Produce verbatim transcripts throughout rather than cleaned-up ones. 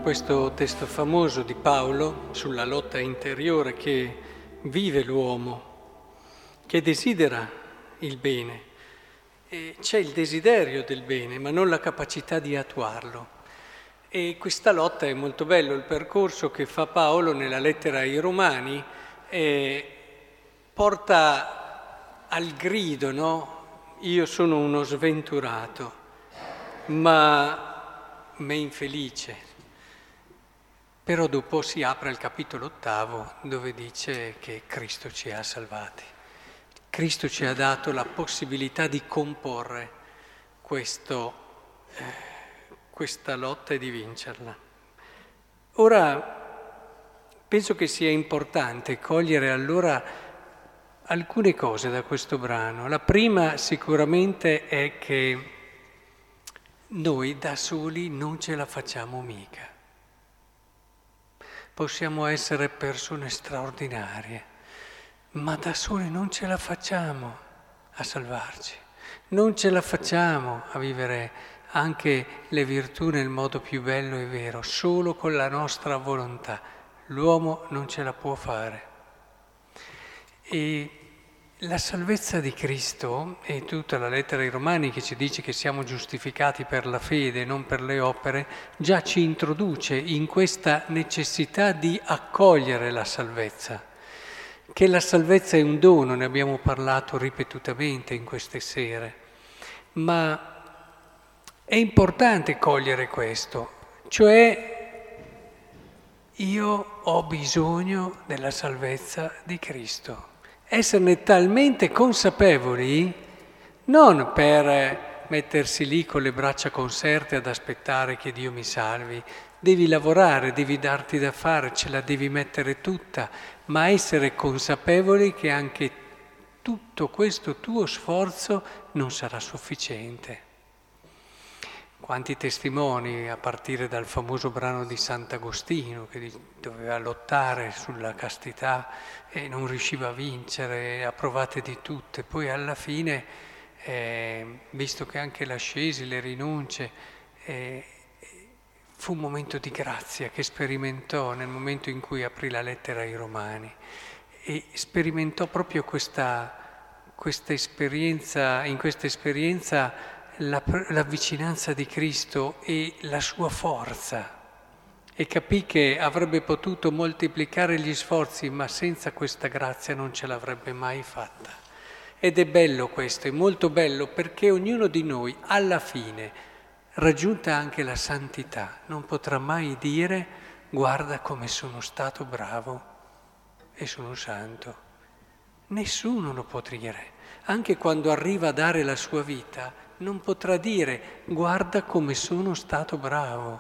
questo testo famoso di Paolo sulla lotta interiore che vive l'uomo, che desidera il bene. E c'è il desiderio del bene, ma non la capacità di attuarlo. E questa lotta è molto bello, il percorso che fa Paolo nella lettera ai Romani eh, porta al grido, no? Io sono uno sventurato, ma me infelice. Però dopo si apre il capitolo ottavo dove dice che Cristo ci ha salvati. Cristo ci ha dato la possibilità di comporre questo, eh, questa lotta e di vincerla. Ora, penso che sia importante cogliere allora alcune cose da questo brano. La prima sicuramente è che noi da soli non ce la facciamo mica. Possiamo essere persone straordinarie, ma da soli non ce la facciamo a salvarci, non ce la facciamo a vivere anche le virtù nel modo più bello e vero, solo con la nostra volontà. L'uomo non ce la può fare. E la salvezza di Cristo e tutta la lettera ai Romani che ci dice che siamo giustificati per la fede, non per le opere, già ci introduce in questa necessità di accogliere la salvezza. Che la salvezza è un dono, ne abbiamo parlato ripetutamente in queste sere, ma è importante cogliere questo, cioè io ho bisogno della salvezza di Cristo. Esserne talmente consapevoli, non per mettersi lì con le braccia conserte ad aspettare che Dio mi salvi, devi lavorare, devi darti da fare, ce la devi mettere tutta, ma essere consapevoli che anche tutto questo tuo sforzo non sarà sufficiente. Quanti testimoni, a partire dal famoso brano di Sant'Agostino, che doveva lottare sulla castità e non riusciva a vincere, ha provate di tutte, poi alla fine, eh, visto che anche l'ascesi, le rinunce, eh, fu un momento di grazia che sperimentò nel momento in cui aprì la lettera ai Romani e sperimentò proprio questa, questa esperienza, in questa esperienza La, la vicinanza di Cristo e la sua forza e capì che avrebbe potuto moltiplicare gli sforzi, ma senza questa grazia non ce l'avrebbe mai fatta. Ed è bello questo, è molto bello perché ognuno di noi alla fine, raggiunta anche la santità, non potrà mai dire guarda come sono stato bravo e sono santo. Nessuno lo può dire, anche quando arriva a dare la sua vita. Non potrà dire guarda come sono stato bravo.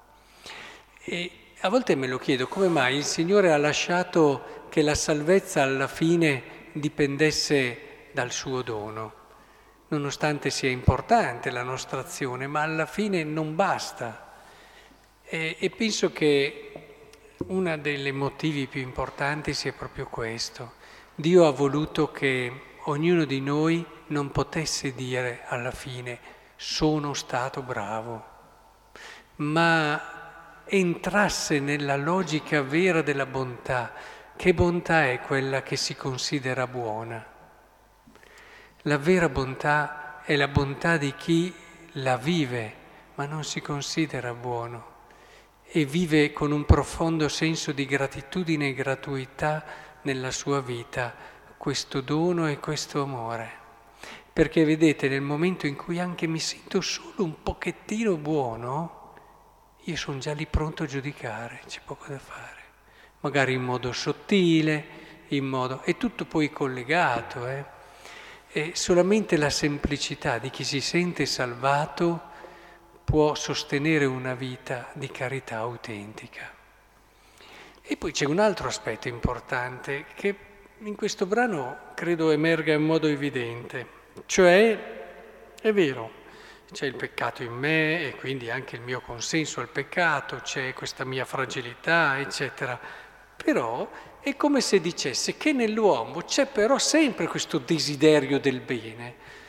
E a volte me lo chiedo, come mai il Signore ha lasciato che la salvezza alla fine dipendesse dal suo dono, nonostante sia importante la nostra azione, ma alla fine non basta. E, e penso che uno dei motivi più importanti sia proprio questo. Dio ha voluto che ognuno di noi non potesse dire alla fine sono stato bravo, ma entrasse nella logica vera della bontà. Che bontà è quella che si considera buona? La vera bontà è la bontà di chi la vive, ma non si considera buono e vive con un profondo senso di gratitudine e gratuità nella sua vita questo dono e questo amore. Perché vedete, nel momento in cui anche mi sento solo un pochettino buono, io sono già lì pronto a giudicare, c'è poco da fare. Magari in modo sottile, in modo... è tutto poi collegato, eh? E solamente la semplicità di chi si sente salvato può sostenere una vita di carità autentica. E poi c'è un altro aspetto importante che in questo brano credo emerga in modo evidente, cioè è vero, c'è il peccato in me e quindi anche il mio consenso al peccato, c'è questa mia fragilità, eccetera, però è come se dicesse che nell'uomo c'è però sempre questo desiderio del bene,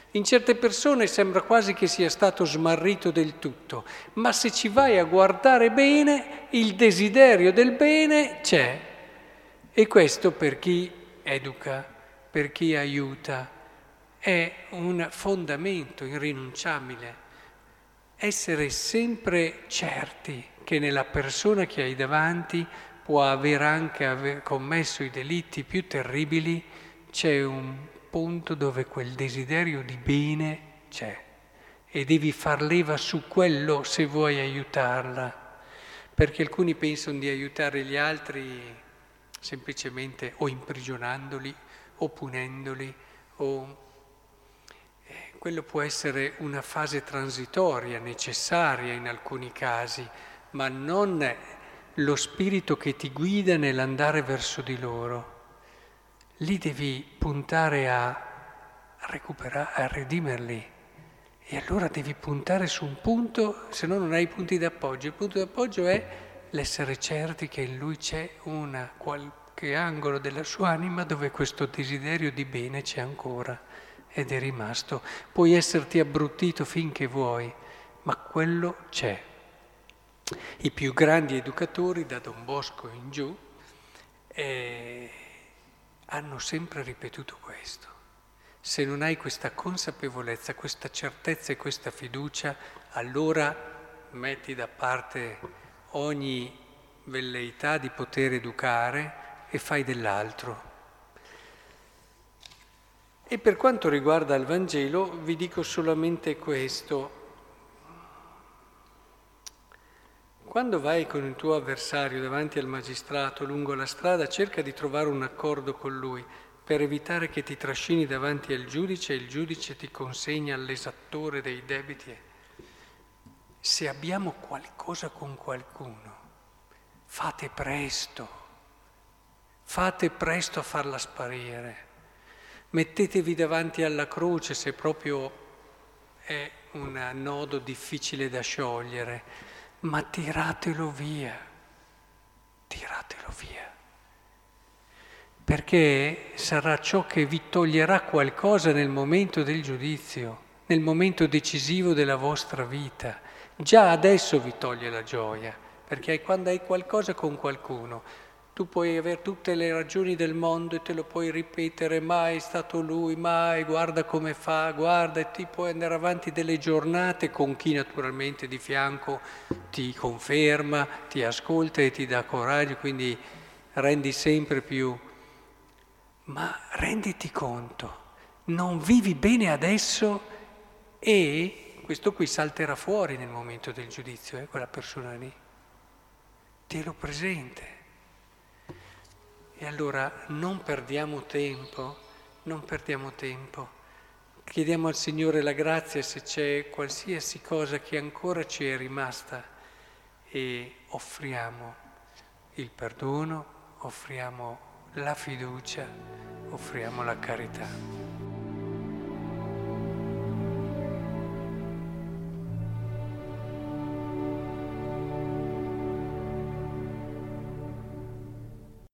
In certe persone sembra quasi che sia stato smarrito del tutto, ma se ci vai a guardare bene, il desiderio del bene c'è. E questo per chi educa, per chi aiuta, è un fondamento irrinunciabile. Essere sempre certi che nella persona che hai davanti può aver anche aver commesso i delitti più terribili, c'è un punto dove quel desiderio di bene c'è e devi far leva su quello se vuoi aiutarla, perché alcuni pensano di aiutare gli altri semplicemente o imprigionandoli o punendoli o... Quello può essere una fase transitoria, necessaria in alcuni casi, ma non lo spirito che ti guida nell'andare verso di loro. Lì devi puntare a recuperare, a redimerli. E allora devi puntare su un punto, se no non hai punti d'appoggio. Il punto d'appoggio è l'essere certi che in lui c'è una qualche angolo della sua anima dove questo desiderio di bene c'è ancora. Ed è rimasto. Puoi esserti abbruttito finché vuoi, ma quello c'è. I più grandi educatori, da Don Bosco in giù, eh, hanno sempre ripetuto questo. Se non hai questa consapevolezza, questa certezza e questa fiducia, allora metti da parte ogni velleità di poter educare e fai dell'altro. E per quanto riguarda il Vangelo vi dico solamente questo. Quando vai con il tuo avversario davanti al magistrato lungo la strada, cerca di trovare un accordo con lui per evitare che ti trascini davanti al giudice e il giudice ti consegna all'esattore dei debiti. Se abbiamo qualcosa con qualcuno, fate presto, fate presto a farla sparire. Mettetevi davanti alla croce se proprio è un nodo difficile da sciogliere, ma tiratelo via, tiratelo via, perché sarà ciò che vi toglierà qualcosa nel momento del giudizio, nel momento decisivo della vostra vita. Già adesso vi toglie la gioia, perché quando hai qualcosa con qualcuno, tu puoi avere tutte le ragioni del mondo e te lo puoi ripetere, mai è stato lui, mai, guarda come fa, guarda, e ti puoi andare avanti delle giornate con chi naturalmente di fianco ti conferma, ti ascolta e ti dà coraggio, quindi rendi sempre più. Ma renditi conto, non vivi bene adesso e questo qui salterà fuori nel momento del giudizio, eh, quella persona lì. Tienilo presente. E allora non perdiamo tempo, non perdiamo tempo. Chiediamo al Signore la grazia se c'è qualsiasi cosa che ancora ci è rimasta e offriamo il perdono, offriamo la fiducia, offriamo la carità.